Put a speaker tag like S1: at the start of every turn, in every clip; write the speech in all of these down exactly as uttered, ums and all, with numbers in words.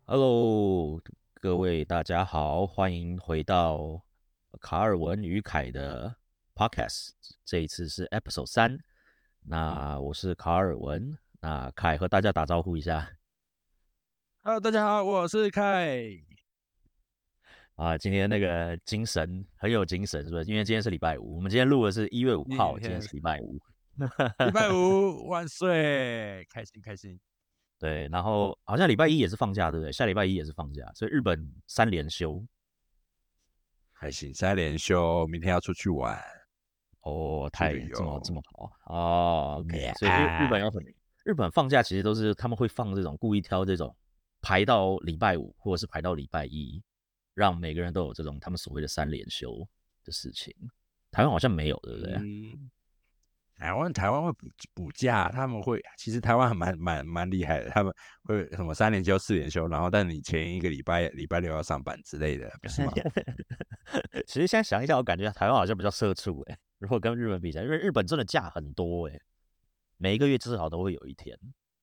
S1: Hello，各位大家好，欢迎回到卡尔文与凯的 Podcast。这一次是 Episode 三，那我是卡尔文，那凯和大家打招呼一下
S2: Hello，大家好，我是凯。
S1: 啊。今天那个精神很有精神，是不是？因为今天是礼拜五，我们今天录的是一月五号，今天
S2: 今天
S1: 是礼拜五。
S2: 礼拜五，万岁，开心开心。
S1: 对，然后好像礼拜一也是放假，对不对？下礼拜一也是放假，所以日本三连休。
S2: 开心，三连休，明天要出去玩，
S1: 哦，太
S2: 去旅
S1: 这么这
S2: 游。
S1: 么好哦，OK，所以日日本
S2: 啊，
S1: 有很日本放假其实都是他们会放这种故意挑这种排到礼拜五或者是排到礼拜一，让每个人都有这种他们所谓的三连休的事情。台湾好像没有，对不对？
S2: 嗯，台湾台湾会补补假，他们会，其实台湾还蛮蛮蛮厉害的，他们会什么三连休、四连休，然后但你前一个礼拜礼拜六要上班之类的，不是吗？
S1: 其实现在想一下，我感觉台湾好像比较社畜哎、如果跟日本比起来，因为日本真的假很多哎、每一个月至少都会有一天。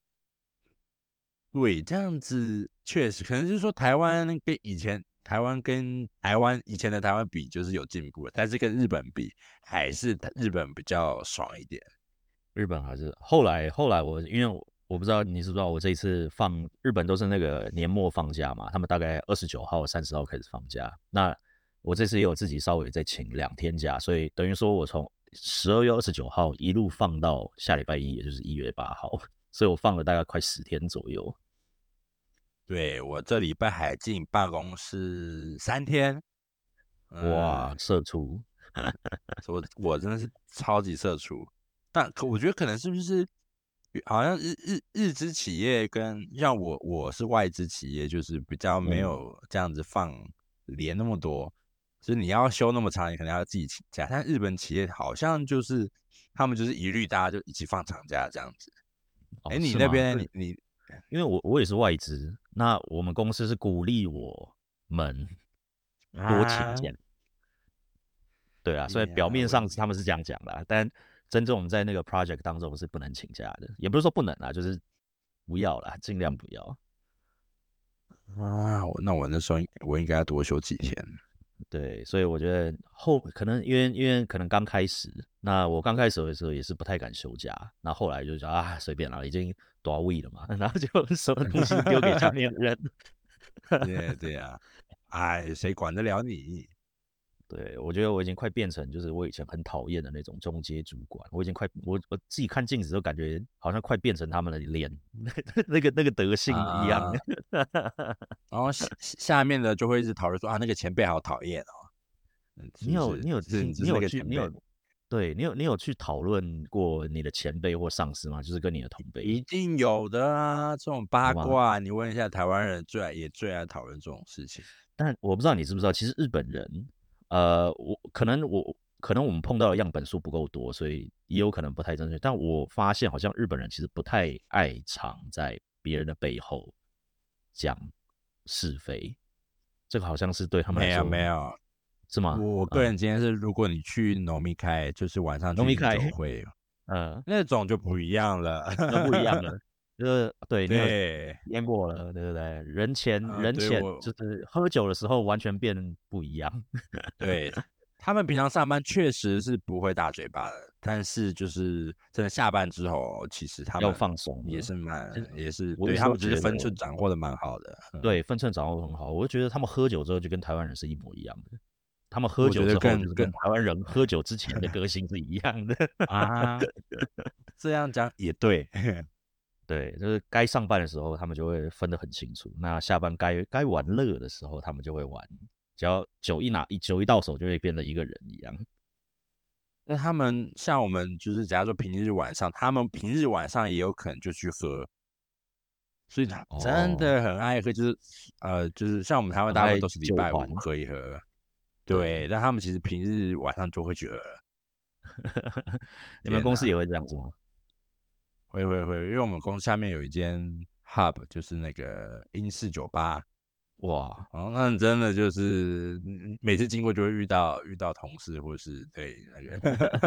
S2: 对，这样子确实，可能就是说台湾跟以前台湾跟台湾以前的台湾比，就是有进步了，但是跟日本比，还是日本比较爽一点。
S1: 日本还是后来后来我因为我我不知道你知不知道，我这一次放日本都是那个年末放假嘛，他们大概二十九号、三十号开始放假。那我这次也有自己稍微再请两天假，所以等于说我从十二月二十九号一路放到下礼拜一，也就是一月八号，所以我放了大概快十天左右。
S2: 对，我这礼拜还进办公室三天，嗯，
S1: 哇，社畜，
S2: 我我真的是超级社畜。但可我觉得可能是不是好像日日日资企业跟像我我是外资企业，就是比较没
S1: 嗯，
S2: 有这样子放连那么多，就是你要休那么长，你可能要自己请假。但日本企业好像就是他们就是一律大家就一起放长假这样子。哎，
S1: 哦，
S2: 你
S1: 是吗？
S2: 那边
S1: 对，
S2: 你你
S1: 因为我我也是外资，那我们公司是鼓励我们多请
S2: 啊，
S1: 假。对啊，所以
S2: 对呀，
S1: 表面
S2: 我
S1: 上是他们是这样讲的啊，但真正我们在那个 project 当中是不能请假的，也不是说不能啊，就是不要啦，尽量不要。
S2: 啊，我那我那时候应我应该要多休几天。
S1: 对，所以我觉得后可能因为因为可能刚开始，那我刚开始的时候也是不太敢休假，那后来就讲啊随便啦，已经多少 week 了嘛，然后就什么东西丢给下面的人。
S2: 对对呀，哎，谁管得了你？
S1: 对，我觉得我已经快变成就是我以前很讨厌的那种中阶主管，我已经快我我自己看镜子都感觉好像快变成他们的脸那个那个德性一样。
S2: 啊，然后下下面的就会一直讨论说啊，那个前辈好讨厌哦，嗯，是不是？
S1: 你有你有
S2: 就是你
S1: 听你
S2: 就是那
S1: 有去你有
S2: 个前辈，
S1: 对你有你有去讨论过你的前辈或上司吗？就是跟你的同辈
S2: 一定有的啊，这种
S1: 有吗？
S2: 八卦，你问一下台湾人最爱也最爱讨论这种事情。
S1: 但我不知道你知不知道，其实日本人，呃，我可能我可能我们碰到的样本数不够多，所以也有可能不太正确。但我发现好像日本人其实不太爱常在别人的背后讲是非，这个好像是对他们来
S2: 没有
S1: 说
S2: 没有，
S1: 是吗？
S2: 我个
S1: 嗯，
S2: 人今天是，如果你去农密开，就是晚上去饮
S1: 农民开，
S2: 酒会，
S1: 嗯，
S2: 那种就不一样了。
S1: 那不一样了，就是对你有
S2: 对，
S1: 验过了，对不对？人前
S2: 啊、
S1: 人前就
S2: 对我
S1: 是喝酒的时候完全变不一样。
S2: 对，他们平常上班确实是不会大嘴巴的，但是就是真的下班之后，其实他
S1: 要
S2: 们
S1: 放松了。
S2: 也是蛮
S1: 其实
S2: 也是
S1: 我一直
S2: 对他们只是
S1: 都觉得，
S2: 分寸掌握的蛮好的。嗯，
S1: 对，分寸掌握很好。我就觉得他们喝酒之后就跟台湾人是一模一样的，他们喝
S2: 我觉得
S1: 酒之后就
S2: 更更
S1: 是跟台湾人喝酒之前的个性是一样的。
S2: 啊，这样讲也对。
S1: 对，就是该上班的时候他们就会分得很清楚，那下班该该玩乐的时候他们就会玩，只要酒一拿一酒一到手就会变得一个人一样。
S2: 那他们像我们就是假如说平日晚上，他们平日晚上也有可能就去喝，所以他真
S1: 哦，
S2: 的很爱喝，就是呃，就是像我们台湾
S1: 很爱
S2: 大部分都是礼拜五
S1: 酒团，
S2: 喝一喝，
S1: 对。
S2: 对，但他们其实平日晚上就会去喝。
S1: 你们
S2: 天哪，
S1: 公司也会这样子吗？
S2: 会会会，因为我们公司下面有一间 hub，就是那个英式酒吧，
S1: 哇，
S2: 哦，那真的就是嗯每次经过就会遇到遇到同事或是对那个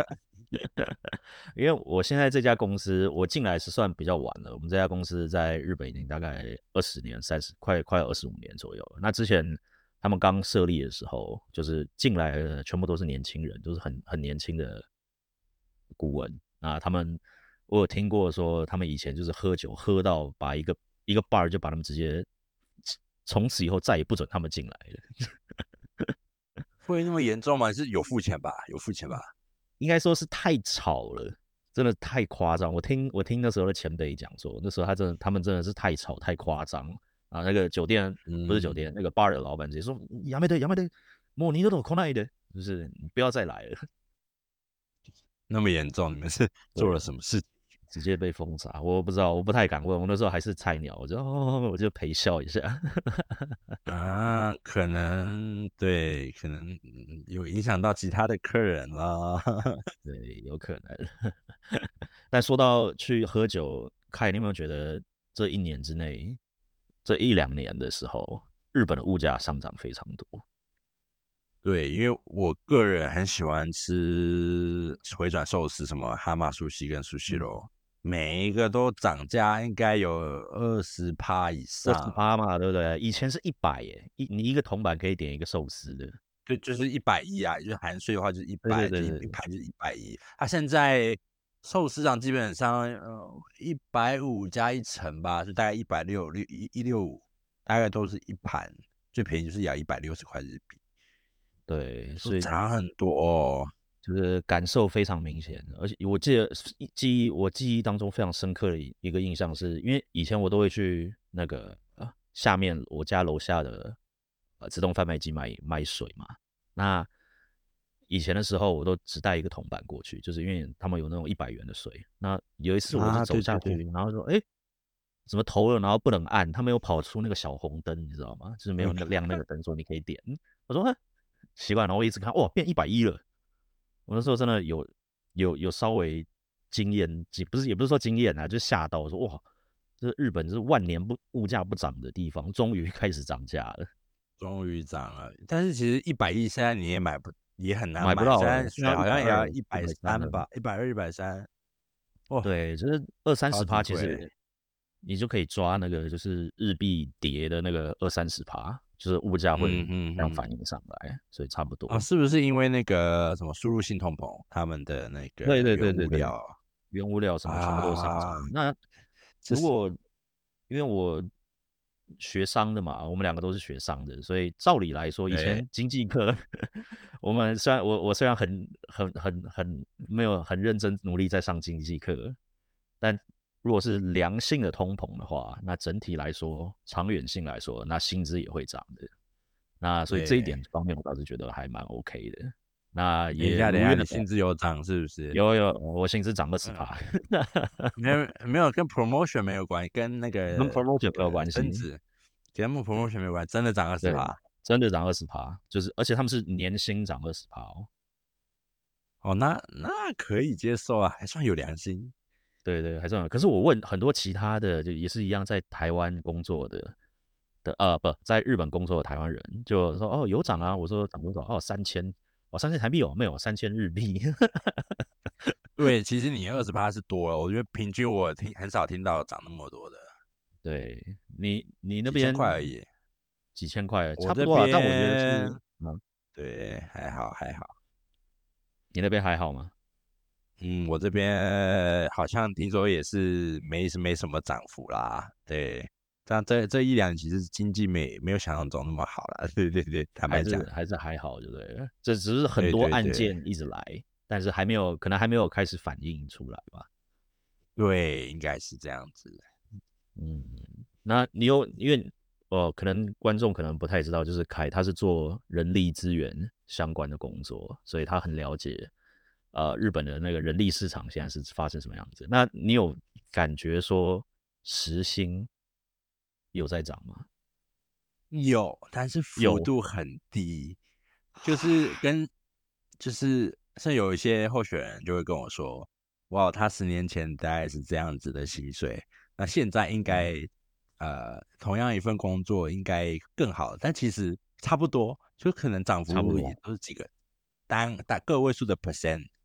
S1: 因为我现在这家公司，我进来是算比较晚了。我们这家公司在日本已经大概二十年、三十快快二十五年左右了。那之前他们刚设立的时候，就是进来的全部都是年轻人，都是很很年轻的顾问啊。他们我有听过说，他们以前就是喝酒喝到把一个一个 bar 就把他们直接从此以后再也不准他们进来了。
S2: 会那么严重吗？是有付钱吧？有付钱吧？
S1: 应该说是太吵了，真的太夸张。我听我听那时候的前辈讲说，那时候他真的他们真的是太吵太夸张啊。那个酒店不是酒店，那个 bar 的老板直接说：“やめてやめて、もう二度と来ないで，就是你不要再来了。”
S2: 那么严重，你们是做了什么事？
S1: 直接被封杀，我不知道，我不太敢问。我那时候还是菜鸟，我就哦，我就陪笑一下。
S2: 啊，可能对，可能有影响到其他的客人了。
S1: 对，有可能。但说到去喝酒，凯，你有没有觉得这一年之内，这一两年的时候，日本的物价上涨非常多？
S2: 对，因为我个人很喜欢吃回转寿司，什么蛤蟆寿司跟寿司肉，嗯、每一个都涨价，应该有二十趴以上。
S1: 二十趴嘛，对不对？以前是一百耶，一你一个铜板可以点一个寿司的。
S2: 对，就是一百一啊，就是含税的话就是一百，
S1: 对对对对，
S2: 一盘就是一百一。它现在寿司上基本上呃一百五加一层吧，就大概一百六六一一六五，大概都是一盘，最便宜就是要一百六十块日币。
S1: 对，所以
S2: 涨很多哦，
S1: 就是感受非常明显。而且我记得记忆，我记忆当中非常深刻的一个印象是，因为以前我都会去那个、呃、下面我家楼下的呃自动贩卖机买买水嘛。那以前的时候，我都只带一个铜板过去，就是因为他们有那种一百元的水。那有一次我就走下去，啊、对对对然后说，哎，怎么投了，然后不能按，他们又跑出那个小红灯，你知道吗？就是没有亮那个灯，说你可以点。我说，奇怪，然后我一直看，哇，变一百一了。我那时候真的有有有稍微惊艳，不是也不是说惊艳啊，就吓到，我说哇，这日本是万年不物价不涨的地方，终于开始涨价了。
S2: 终于涨了，但是其实一百一现在你也买不，也很难
S1: 买不到了，
S2: 现在好像也要一百三吧，一百二、一百三。
S1: 哇，对，就是二三十趴，其实你就可以抓那个就是日币跌的那个二三十趴。就是物价会这样反映上来，嗯嗯嗯所以差不多
S2: 啊，是不是因为那个什么输入性通膨，他们的那个
S1: 对对对对
S2: 对
S1: 原物料什么全部都上涨？啊、那如果因为我学商的嘛，我们两个都是学商的，所以照理来说，以前经济课我们虽然我我虽然很很很很没有很认真努力在上经济课，但如果是良性的通膨的话，那整体来说，长远性来说，那薪资也会涨的。那所以这一点方面，我倒是觉得还蛮 OK 的。那也
S2: 等一下，等一下，你薪资有涨是不是？
S1: 有有，我薪资涨二十趴。
S2: 没有没有，跟 promotion 没有关系，跟那个
S1: 跟 promotion 没有关系，
S2: 升职，跟 promotion 没有关系，真的涨二十趴，
S1: 真的涨二十趴，就是而且他们是年薪涨二十趴哦。
S2: 哦，那那可以接受啊，还算有良心。
S1: 对对，还算有。可是我问很多其他的，就也是一样在台湾工作的的呃不在日本工作的台湾人，就说哦有涨啊，我说涨多少？哦三千，哦三千台币有没有？三千日币。
S2: 对，其实你二十趴是多了，我觉得平均我听很少听到涨那么多的。
S1: 对你你那边
S2: 几千块而已，
S1: 几千块差不多啊，但我觉得是
S2: 嗯，对，还好还好。
S1: 你那边还好吗？
S2: 嗯，我这边好像听说也是没没什么涨幅啦。对，但这这一两其实经济没没有想象中那么好啦。对对对，坦白讲
S1: 还是还是还好，对不对？这只是很多案件一直来，对对对但是还没有可能还没有开始反映出来吧？
S2: 对，应该是这样子。
S1: 嗯，那你有因为哦，可能观众可能不太知道，就是凯他是做人力资源相关的工作，所以他很了解。呃，日本的那个人力市场现在是发生什么样子？那你有感觉说时薪有在涨吗？
S2: 有，但是幅度很低，就是跟就是像有一些候选人就会跟我说，哇，他十年前大概是这样子的薪水，那现在应该呃同样一份工作应该更好，但其实差不多，就可能涨幅也都是几个单大个位数的 percent。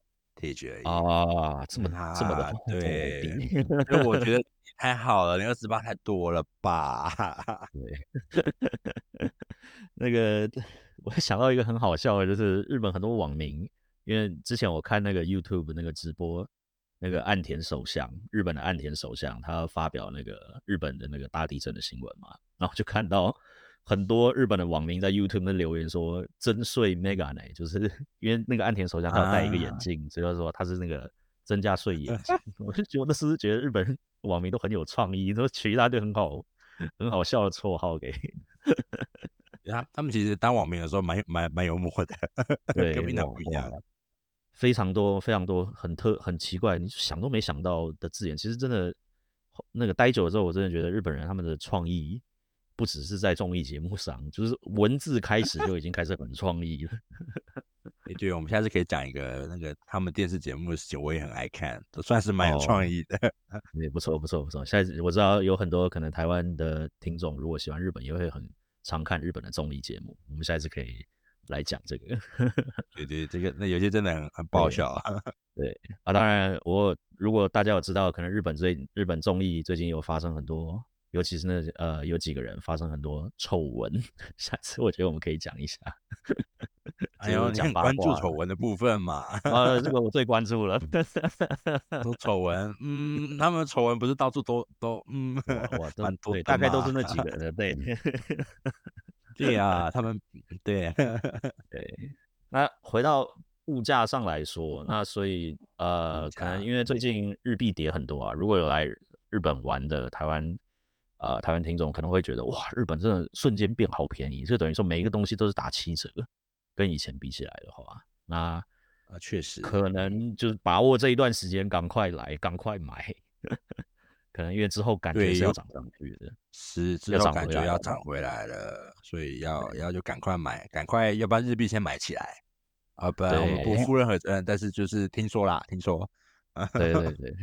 S2: advantage 而已
S1: 啊，这么、
S2: 啊，
S1: 这么的
S2: 对，因为我觉得太好了，你二十八太多了吧？
S1: 对，那个我想到一个很好笑的，就是日本很多网民，因为之前我看那个 YouTube 那个直播，那个岸田首相，日本的岸田首相，他发表那个日本的那个大地震的新闻嘛，然后就看到很多日本的网民在 YouTube 那留言说增税 mega 呢，就是因为那个岸田首相他有戴一个眼镜，所以说他是那个增加税眼镜。我就觉得我那时候觉得日本网民都很有创意，都取一大堆很好很好笑的绰号给。
S2: 他他们其实当网民的时候蛮蛮蛮幽默的，
S1: 对，
S2: 跟平常不一样。
S1: 非常多非常多很特很奇怪，你想都没想到的字眼，其实真的那个待久了之后，我真的觉得日本人他们的创意不只是在综艺节目上，就是文字开始就已经开始很创意了。
S2: 欸、对，我们下次可以讲一个那个他们电视节目的事情，我也很爱看，都算是蛮有创意的。
S1: 也、哦、不错不错不错。下次我知道有很多可能台湾的听众，如果喜欢日本，也会很常看日本的综艺节目。我们下次可以来讲这个。
S2: 对对，这个那有些真的很很爆笑啊。
S1: 对, 对啊，当然我如果大家有知道，可能日本最日本综艺最近有发生很多，尤其是那呃有几个人发生很多丑闻，下次我觉得我们可以讲一下。
S2: 哎呦，你很关注丑闻的部分嘛？
S1: 啊，这个我最关注了。
S2: 都丑闻，嗯，他们丑闻不是到处都都嗯，
S1: 哇，
S2: 蛮多的，
S1: 大概都是那几个人，对。
S2: 对啊，他们对
S1: 对。那回到物价上来说，那所以呃，可能因为最近日币跌很多啊，如果有来日本玩的台湾呃台湾听众可能会觉得哇，日本真的瞬间变好便宜，就等于说每一个东西都是打七折，跟以前比起来的话，那
S2: 啊确实
S1: 可能就是把握这一段时间，赶快来，赶快买。可能因为之后感觉是要涨上去的，
S2: 是之后感觉要涨回来了，所以要要就赶快买，赶快，要不然日币先买起来啊，不然我们不负任何责任。但是就是听说啦，听说，
S1: 对对对。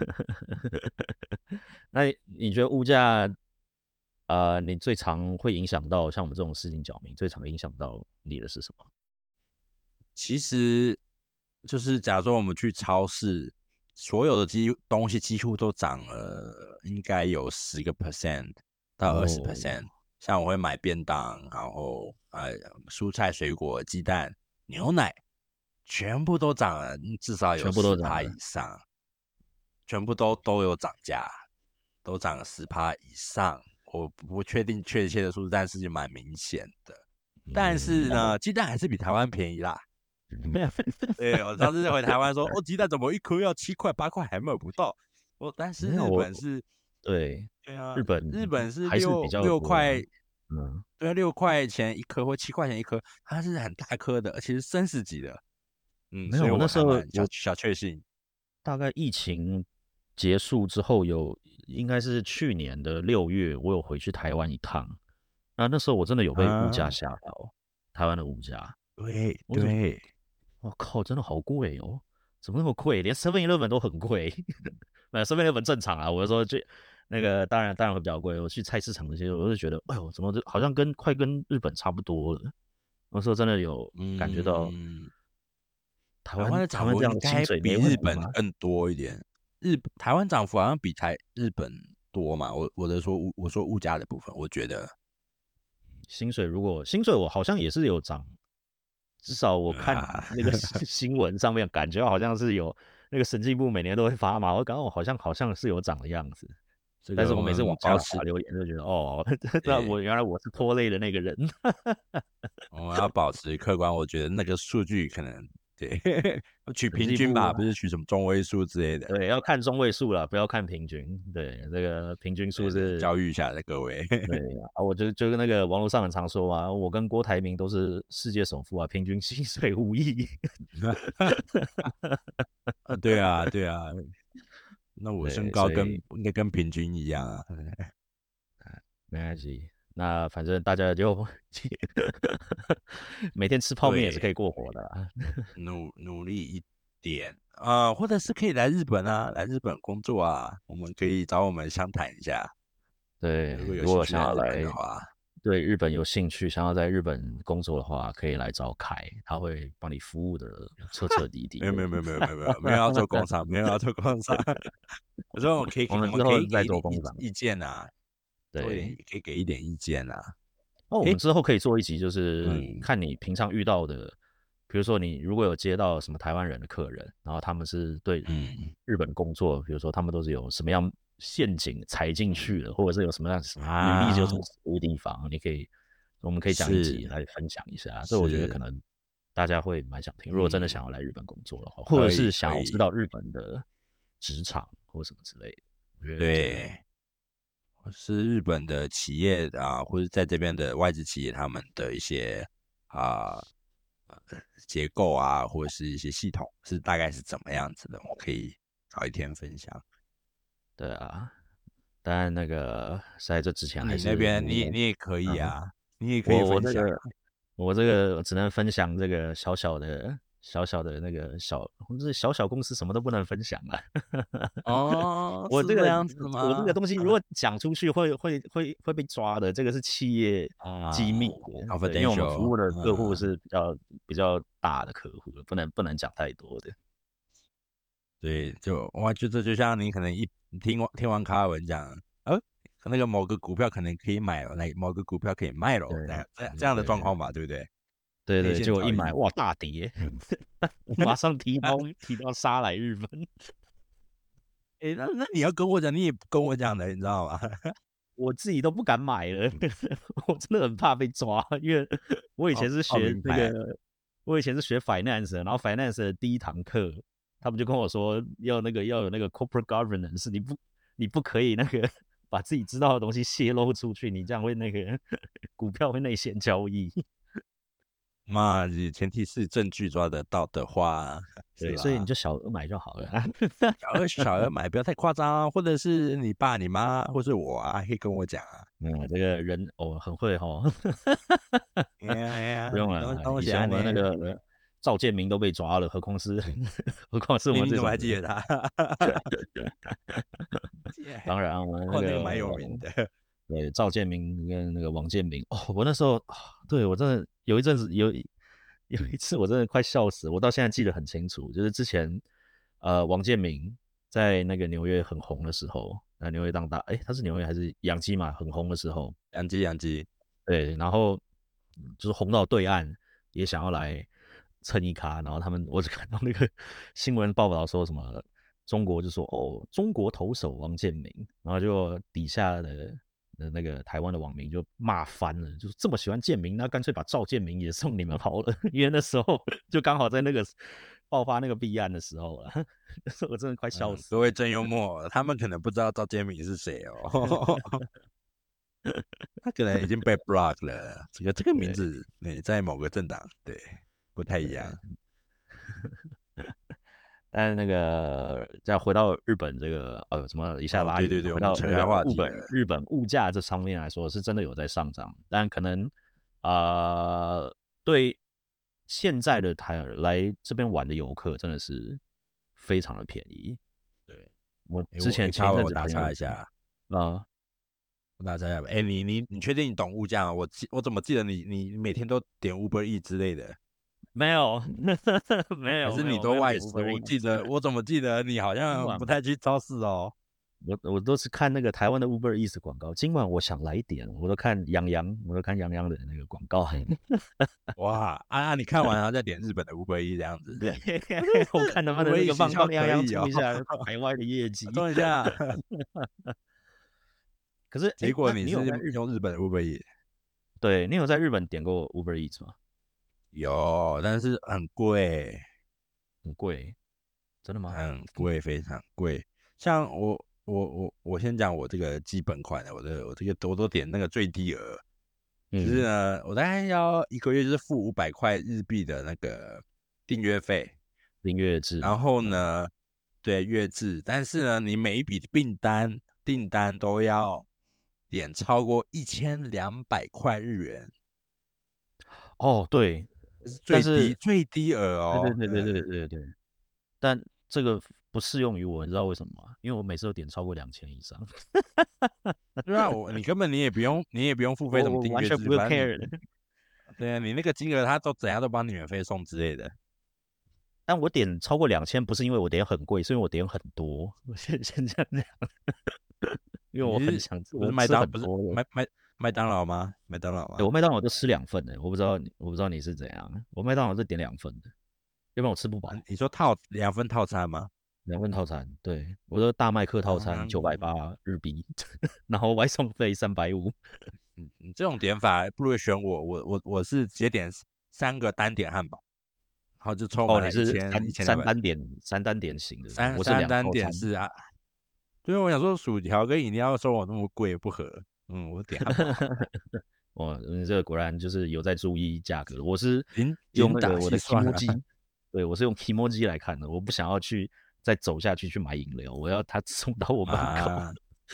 S1: 那你觉得物价，呃，你最常会影响到像我们这种市井小民，最常影响到你的是什么？
S2: 其实就是假如说我们去超市。所有的几东西几乎都涨了，应该有十个 percent 到二十 percent。像我会买便当，然后呃蔬菜、水果、鸡蛋、牛奶，全部都涨了，至少有十趴以上，全部都都有涨价，都涨了十趴以上。我不确定确切的数字，但是就蛮明显的。但是呢，鸡蛋还是比台湾便宜啦。对，我上次回台湾说，哦，鸡蛋怎么一颗要七块八块还买不到？哦，但是日本是，
S1: 对
S2: 对啊，
S1: 日本
S2: 日本是六六块，嗯，对啊，六块钱一颗或七块钱一颗，它是很大颗的，而且是生食级的。嗯，
S1: 没有，我那时候
S2: 小小确幸。
S1: 大概疫情结束之后有，应该是去年的六月，我有回去台湾一趟。那那时候我真的有被物价吓到，啊、台湾的物价。
S2: 对对。
S1: 我靠，真的好贵哦！怎么那么贵？连 seven eleven 都很贵。那 seven eleven 正常啊，我就说就那个当然当然会比较贵。我去菜市场那些，我就觉得，哎呦，怎么就好像跟快跟日本差不多了。我说真的有感觉到，
S2: 嗯、
S1: 台湾
S2: 的涨幅应该比日本更多一点。日台湾涨幅好像比台日本多嘛？我我的说物我说物价的部分，我觉得
S1: 薪水如果薪水我好像也是有涨。至少我看那个新闻上面，感觉好像是有那个审计部每年都会发嘛，我感觉我好像好像是有涨的样子。这个、但是我每次往下滑留言就觉得，哦，那我原来我是拖累的那个人。
S2: 我要保持客观，我觉得那个数据可能对取平均吧，不是取什么中位数之类的。
S1: 对，要看中位数啦，不要看平均。对，这个平均数是
S2: 教育一下的各位。
S1: 对啊，我就就跟那个网络上很常说嘛，我跟郭台铭都是世界首富啊，平均薪水五亿。
S2: 对啊，对啊。那我身高跟应该跟平均一样啊。
S1: 没关系，那反正大家就每天吃泡面也是可以过活的啦。
S2: 努努力一点啊、呃，或者是可以来日本啊，来日本工作啊，我们可以找我们相谈一下。
S1: 对，
S2: 如果有
S1: 如果想要来
S2: 的话，
S1: 对日本有兴趣，想要在日本工作的话，可以来找凯，他会帮你服务的彻彻底底。
S2: 没有没有没有没有没有没有没有要做工厂，没有要做工厂。我说我可以，
S1: 我们
S2: 我们可以
S1: 之后再
S2: 给一点意
S1: 做工厂，
S2: 意见啊，
S1: 对，
S2: 可以给一点意见啊。
S1: 那我们之后可以做一集，就是
S2: 嗯
S1: 看你平常遇到的，比如说你如果有接到什么台湾人的客人，然后他们是对
S2: 嗯
S1: 日本工作，比如说他们都是有什么样陷阱踩进去的，或者是有什么样履历有什么死的地方，你可以，我们可以讲一集
S2: 是
S1: 来分享一下。这我觉得可
S2: 是，
S1: 能大家会蛮想听，如果真的想
S2: 嗯，
S1: 要来日本工作的话，或者
S2: 可以
S1: 是想要知
S2: 可以，
S1: 道日本的职场或什么之类的，我觉得这个
S2: 对，是日本的企业啊，或者在这边的外资企业，他们的一些啊、呃结构啊，或者是一些系统是大概是怎么样子的，我可以找一天分享。
S1: 对啊。当然，那个在这之前还
S2: 你
S1: 是
S2: 那边你也
S1: 我
S2: 你也可以
S1: 嗯，
S2: 啊，你也可以分享。
S1: 我我这个我这个只能分享这个小小的小小的那个小，这小小公司什么都不能分享啊。
S2: 哦，
S1: 我这个
S2: 是这样子
S1: 我这个
S2: 吗？
S1: 东西如果讲出去会会会会被抓的，这个是企业机
S2: 啊
S1: 密的，对，因为我们服
S2: ，confidential，
S1: 务的客户
S2: 嗯，
S1: 是比较比较大的客户，不能不能讲太多的。
S2: 对，就我觉得就像你可能一听完听完卡尔文讲，呃，那个某个股票可能可以买了，那某个股票可以卖了，
S1: 对
S2: 这样这样
S1: 对
S2: 这样的状
S1: 对
S2: 况吧，对不对？
S1: 对对，
S2: 内线交易。
S1: 结果一买哇大跌，马上提包提到杀来日本。
S2: 哎，那那你要跟我讲，你也不跟我讲的，你知道吗？
S1: 我自己都不敢买了，我真的很怕被抓，因为我以前
S2: 哦
S1: 是
S2: 哦，
S1: 学那
S2: 明白。
S1: 个，我以前是学 finance 的，然后 finance 的第一堂课，他们就跟我说要那个要有那个 corporate governance，你不你不可以那个把自己知道的东西泄露出去，你这样会那个股票会内线交易。
S2: 嘛，前提是证据抓得到的话，是
S1: 对，所以你
S2: 吧？
S1: 就小额买就好了。
S2: 小额小额买，不要太夸张啊，或者是你爸、你妈，或是我啊，可以跟我讲啊。
S1: 嗯，这个人哦很会哈。
S2: 哎呀哎呀，
S1: 不用
S2: 东
S1: 了，以
S2: 东西啊呢？
S1: 前我们那个赵建明都被抓了，何况是何况是我
S2: 你你怎么
S1: 们这种人。
S2: 还记得他？
S1: 当然，我们那
S2: 哦，那个蛮有
S1: 个
S2: 名的。
S1: 对赵建明跟那个王建民，哦，我那时候啊对我真的有一阵子有有一次我真的快笑死，我到现在记得很清楚，就是之前呃王建民在那个纽约很红的时候，那纽约当大，哎，他是纽约还是洋基嘛，很红的时候，
S2: 养鸡养鸡，
S1: 对，然后就是红到对岸也想要来蹭一咖，然后他们我只看到那个新闻报道说什么中国就说哦中国投手王建民，然后就底下的的那个台湾的网民就骂翻了，就是这么喜欢建民，那干脆把赵建民也送你们好了，因为那时候就刚好在那个爆发那个弊案的时候了，我真的快笑
S2: 嗯，
S1: 死了。
S2: 各位真幽默，他们可能不知道赵建明是谁哦。他可能已经被 block 了。这个这个名
S1: 对
S2: 字，对，在某个政党，对，不太一样。
S1: 但是那个再回到日本这个呃什么一下
S2: 哦，
S1: 拉远，
S2: 对对对，我们扯
S1: 回到那个日
S2: 开话题了。
S1: 本日本物价这上面来说是真的有在上涨，但可能啊、呃对现在的台来这边玩的游客真的是非常的便宜。对我
S2: 诶
S1: 之前
S2: 我诶
S1: 前一阵子
S2: 卡文我打岔
S1: 朋友
S2: 一下，
S1: 啊、
S2: 我打岔一下。哎，你你你确定你懂物价吗？我记我怎么记得你你每天都点 Uber E 之类的，
S1: 没有没
S2: 还是你
S1: 有没有没有点
S2: 都外食？
S1: Uber
S2: 我
S1: Eats
S2: 记得我怎么记得你好
S1: 今晚
S2: 像不太去超市哦。
S1: 我我都是看那个台湾的 Uber Eats 广告。今晚我想来点，我都看杨洋，我都看杨洋的那个广告。
S2: 哇啊啊！你看完然后再点日本的 Uber E 这样子，
S1: 对，我看能不能那个帮帮杨洋冲一下海外的业绩。
S2: 冲一下。
S1: 可是，
S2: 结果
S1: 那
S2: 你是
S1: 你有在日
S2: 用日本的 Uber E，
S1: 对你有在日本点过 Uber Eats 吗？
S2: 有，但是很贵，
S1: 很贵，真的吗？
S2: 很贵，非常贵。像我我我我先讲我这个基本款的，我的我这个我都点那个最低额，就是
S1: 嗯，
S2: 呢，我大概要一个月就是付五百块日币的那个订阅费，
S1: 订阅制，
S2: 然后呢，对月制，但是呢，你每一笔订单订单都要点超过一千两百块日元，
S1: 哦，对，
S2: 这是最
S1: 但是
S2: 低最低额
S1: 对对
S2: 哦。
S1: 对对对对对对，但这个不适用于我，你知道为什么吗？因为我每次都点超过两千以上。
S2: 对啊，我你根本你也不用你也不用付费什么
S1: 我
S2: 订阅制，
S1: 完全不会
S2: 反正
S1: care
S2: 你
S1: 的。
S2: 对啊，你那个金额他都怎样都帮你免费送之类的。
S1: 但我点超过两千，不是因为我点很贵，是因为我点很多。我先先这样讲，因为我
S2: 你是
S1: 很想吃，
S2: 不是
S1: 我吃
S2: 麦当不是
S1: 很多的。
S2: 麦麦麦当劳吗？麦当劳
S1: 欸、
S2: 吗？
S1: 我麦当劳就吃两份的，我不知道你我不知道你是怎样。我麦当劳就点两份的，要不然我吃不饱。
S2: 啊你说套两份套餐吗？
S1: 两份套餐，对我的大麦克套餐九百
S2: 啊，
S1: 八日币，然后外送费三百五。
S2: 嗯，你这种点法不如选我，我我我是直接点三个单点汉堡，然后就凑
S1: 哦，
S2: 满了一
S1: 你是
S2: 千一
S1: 三
S2: 千两百。
S1: 三单点三单点型的，
S2: 三
S1: 我是
S2: 三单
S1: 两套餐。
S2: 点是啊，对，我想说薯条跟饮料收我那么贵不合，嗯，我点汉堡好了。
S1: 哇，你这个果然就是有在注意价格。我是
S2: 精
S1: 用
S2: 精打
S1: 那个我的
S2: 细算啊。
S1: Kimoji，对我是用 Kimoji 来看的，我不想要去再走下去去买饮料，我要他送到我门口。
S2: 啊，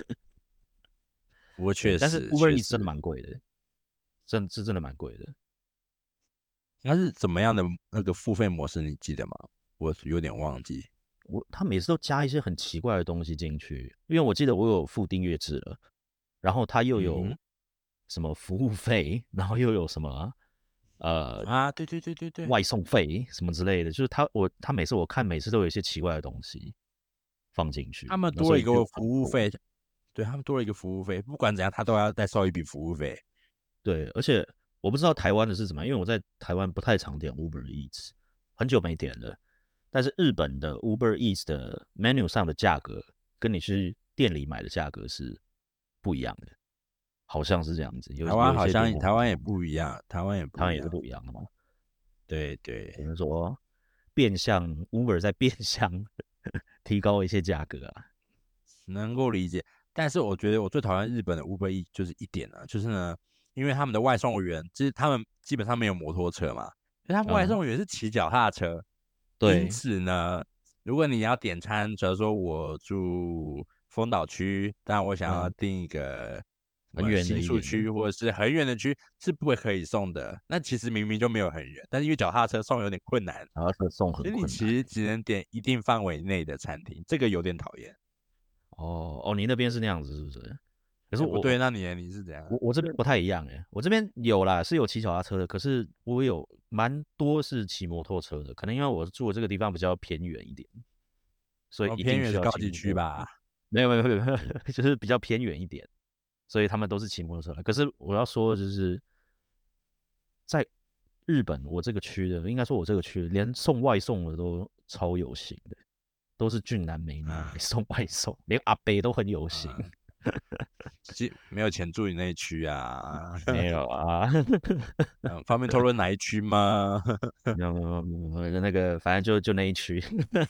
S2: 不过
S1: 对，但是
S2: 确实
S1: Uber
S2: 确
S1: Eats 真的
S2: 实，
S1: 蛮贵的，真是真的蛮贵的。
S2: 它是怎么样的那个付费模式，你记得吗？我有点忘记。
S1: 我他每次都加一些很奇怪的东西进去，因为我记得我有付订阅制了，然后他又有
S2: 嗯哼，
S1: 什么服务费，然后又有什么呃
S2: 啊，对对对对对，
S1: 外送费什么之类的，就是他我他每次我看每次都有一些奇怪的东西放进去，
S2: 他们
S1: 那所以就
S2: 多了一个服
S1: 很贵。
S2: 务费，对他们多了一个服务费，不管怎样，他都要再收一笔服务费。
S1: 对，而且我不知道台湾的是怎么样，因为我在台湾不太常点 Uber Eats，很久没点了。但是日本的 Uber Eats 的 menu 上的价格跟你去店里买的价格是不一样的，好像是这样子。有
S2: 台湾好
S1: 有一些店
S2: 像台湾也
S1: 家是这样，
S2: 不一样，台湾也
S1: 台湾也是
S2: 不一样。
S1: 不一样的嘛。
S2: 对对，
S1: 只能说变相 Uber 在变相提高一些价格啊。
S2: 能够理解。但是我觉得我最讨厌日本的 Uber E 就是一点呢，就是呢，因为他们的外送员，就是他们基本上没有摩托车嘛，所以他们外
S1: 嗯，
S2: 送员是骑脚踏车。因
S1: 对，
S2: 此呢，如果你要点餐，假如说我住丰岛区，但我想要
S1: 嗯，
S2: 订一个什
S1: 很远的
S2: 么新
S1: 一点的。
S2: 宿区或者是很远的区，是不会可以送的。那其实明明就没有很远，但是因为脚踏车送有点困难，
S1: 然后是送很
S2: 所以你
S1: 困难。
S2: 其实只能点一定范围内的餐厅，这个有点讨厌。
S1: 哦哦，你那边是那样子是不是？可是我
S2: 哎不对，那你你是怎样？
S1: 我我这边不太一样哎，我这边有啦，是有骑脚踏车的，可是我有蛮多是骑摩托车的，可能因为我住的这个地方比较偏远一点，所以
S2: 哦，
S1: 一
S2: 偏
S1: 定需要骑
S2: 远是高级
S1: 摩托车。
S2: 区吧？
S1: 没有没有没有没有，就是比较偏远一点，所以他们都是骑摩托车的。可是我要说的就是，在日本我这个区的，应该说我这个区连送外送的都超有型的，都是俊男美女来
S2: 啊
S1: 送外送，连阿伯都很有型。
S2: 啊，其没有钱住你那一区啊？
S1: 没有啊，
S2: 嗯，方便透露哪一区吗
S1: 没有没有没有，那个反正就就那一区。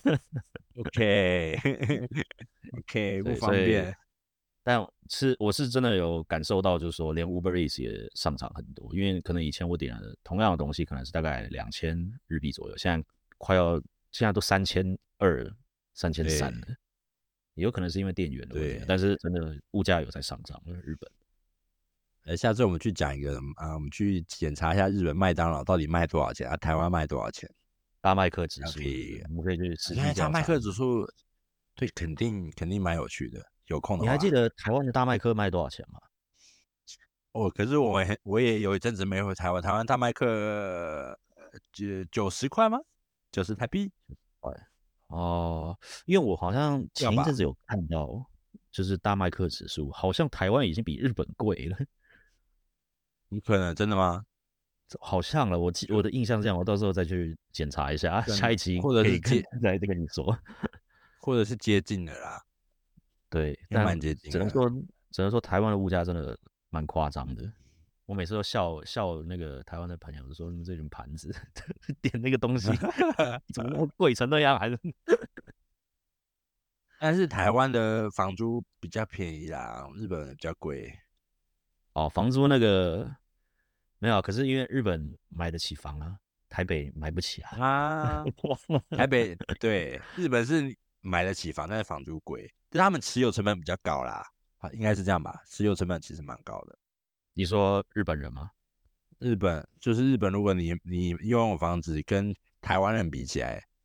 S2: ？OK OK，不
S1: 对，所以
S2: 方便。
S1: 但是我是真的有感受到，就是说连 Uber Eats 也上涨很多，因为可能以前我点的同样的东西可能是大概两千日币左右，现在快要现在都三千二、三千三了，也有可能是因为店员的问题，
S2: 对，
S1: 但是真的物价有在上涨，日本。
S2: 呃，下次我们去讲一个啊，我们去检查一下日本麦当劳到底卖多少钱啊，台湾卖多少钱？
S1: 大麦克指数，
S2: 可以，
S1: 我们可以去实
S2: 你看大麦
S1: 际调查。
S2: 克指数，对，肯定肯定蛮有趣的，有空的话。
S1: 你还记得台湾的大麦克卖多少钱吗？
S2: 哦，可是我也我也有一阵子没回台湾，台湾大麦克九九十块吗？九十台币？
S1: 哦，因为我好像前一阵子有看到，就是大麦克指数，好像台湾已经比日本贵了。
S2: 有可能真的吗？
S1: 好像了，我记我的印象是这样，我到时候再去检查一下，下一期
S2: 或者
S1: 可以
S2: 是接，
S1: 再跟你说。
S2: 或者是接近的啦，
S1: 对，
S2: 也
S1: 但
S2: 蛮接近的。
S1: 只能说只能说台湾的物价真的蛮夸张的。我每次都笑笑那个台湾的朋友，说你们这群盘子点那个东西怎么那么贵成那样，还是
S2: 但是台湾的房租比较便宜啦，日本的比较贵。
S1: 哦房租那个没有啊，可是因为日本买得起房啊，台北买不起啊。
S2: 啊，台北对，日本是买得起房，但是房租贵，就是他们持有成本比较高啦，啊，应该是这样吧？持有成本其实蛮高的。
S1: 你说日本人吗？
S2: 日本就是日本，如果你你拥有房子跟台湾人比起来，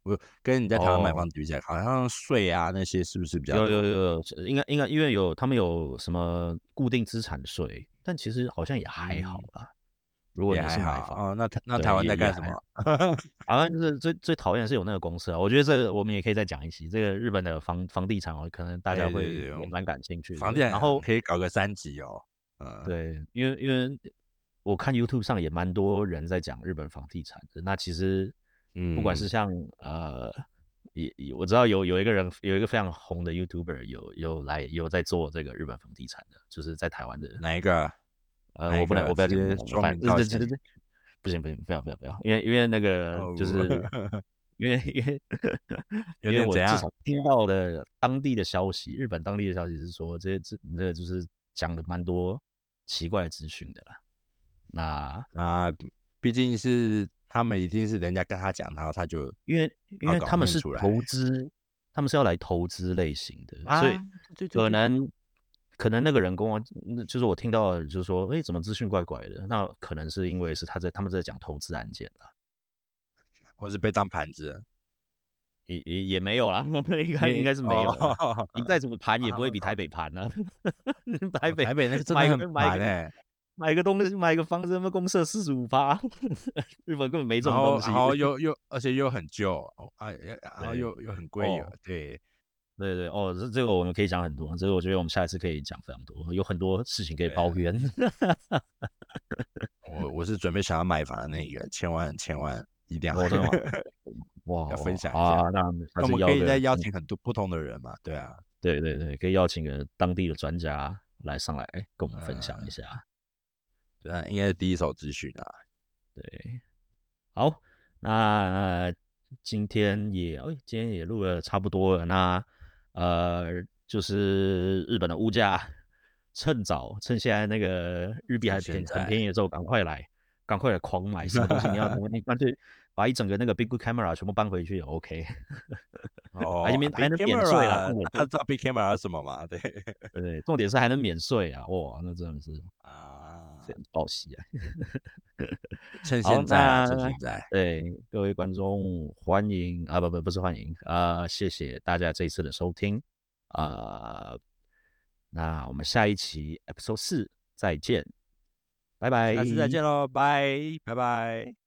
S2: 我跟你在台湾买
S1: 哦，
S2: 房子比起来，好像税啊那些是不是比较
S1: 有有
S2: 多？
S1: 有有，应该应该因为有他们有什么固定资产税，但其实好像也还好
S2: 嗯，
S1: 啦。如果你
S2: 也还
S1: 是买房，
S2: 好哦。那台那台
S1: 对，
S2: 湾
S1: 也也还
S2: 在干什么？
S1: 好像就是最最讨厌的是有那个公司啊，我觉得这个我们也可以再讲一期。这个日本的房房地产哦，可能大家
S2: 对对对，
S1: 会也蛮感兴趣的。
S2: 房地
S1: 然后
S2: 产可以搞个三级哦。嗯
S1: 对，因为因为我看 YouTube 上也蛮多人在讲日本房地产的。那其实不管是
S2: 嗯，
S1: 像呃，也也我知道有有一个人有一个非常红的 YouTuber 有有来有在做这个日本房地产的，就是在台湾的。
S2: 哪一个？
S1: 呃，
S2: 哪一
S1: 我不能
S2: 个？直
S1: 我不要讲，
S2: 接说
S1: 反
S2: 明道姓
S1: 正这这这这不行不行，不要不要不要，因为因为那个
S2: 哦，
S1: 就是因为因为
S2: 有
S1: 因为
S2: 点怎样
S1: 我至少听到的当地的消息，日本当地的消息是说，这些这这个就是讲的蛮多奇怪的资讯的啦。那
S2: 啊？毕竟是他们一定是人家跟他讲，然后他就
S1: 因为因
S2: 把稿
S1: 为他们是
S2: 念出来
S1: 投资，他们是要来投资类型的，所以
S2: 啊。对对对，
S1: 可能可能那个人跟我，嗯就是我听到的就是说，哎，怎么资讯怪怪的？那可能是因为是他在他们在讲投资案件啦。
S2: 或是被当盘子。
S1: 也也也没有啦，应该应
S2: 没
S1: 该是没有啦。
S2: 哦，
S1: 你再怎么盘也不会比台北盘啊。台北
S2: 台北那个真的
S1: 买
S2: 很
S1: 个买个
S2: 盘哎。
S1: 买个东西买个房子，他妈公设四十五趴，日本根本没这
S2: 然后，
S1: 种东西。
S2: 然后又又，而且又很旧哦啊，然后
S1: 对，
S2: 又又很贵
S1: 哦，
S2: 了，对。
S1: 对对哦，这这个我们可以讲很多，这个我觉得我们下一次可以讲非常多，有很多事情可以
S2: 对，
S1: 抱怨。
S2: 我我是准备想要买房的那个，千万千万一定要
S1: 哦，真的吗？哇，
S2: 要分享一下。
S1: 好啊，那下
S2: 那我
S1: 次邀个，
S2: 们可以再邀请很多不同的人嘛，对啊。
S1: 对对对，可以邀请个当地的专家来上来跟我们分享一
S2: 呃，
S1: 下。
S2: 对啊，应该是第一手资讯啊。
S1: 对，好，那今天也，哦，今天也录了差不多了。那呃，就是日本的物价，趁早，趁现在那个日币还
S2: 现
S1: 便很
S2: 在
S1: 便宜的时候，赶快来，赶快来狂买。什么东西你要，你干脆把一整个那个 Big Camera 全部搬回去也 OK。还
S2: 哦
S1: 能
S2: ，Big
S1: 还能免税啦，
S2: Camera，
S1: 重点是，
S2: 大家知道 Big Camera 是什么吗？对
S1: 对对，重点是还能免税啊！哇，那真的是
S2: 啊，
S1: 非常报喜啊！
S2: 趁
S1: 好，
S2: 现在啊，趁
S1: 那
S2: 现在。
S1: 对各位观众，欢迎啊，不不不是欢迎啊、呃谢谢大家这一次的收听啊、呃那我们下一期 episode 四再见，拜拜。
S2: 下次再见喽，拜拜拜。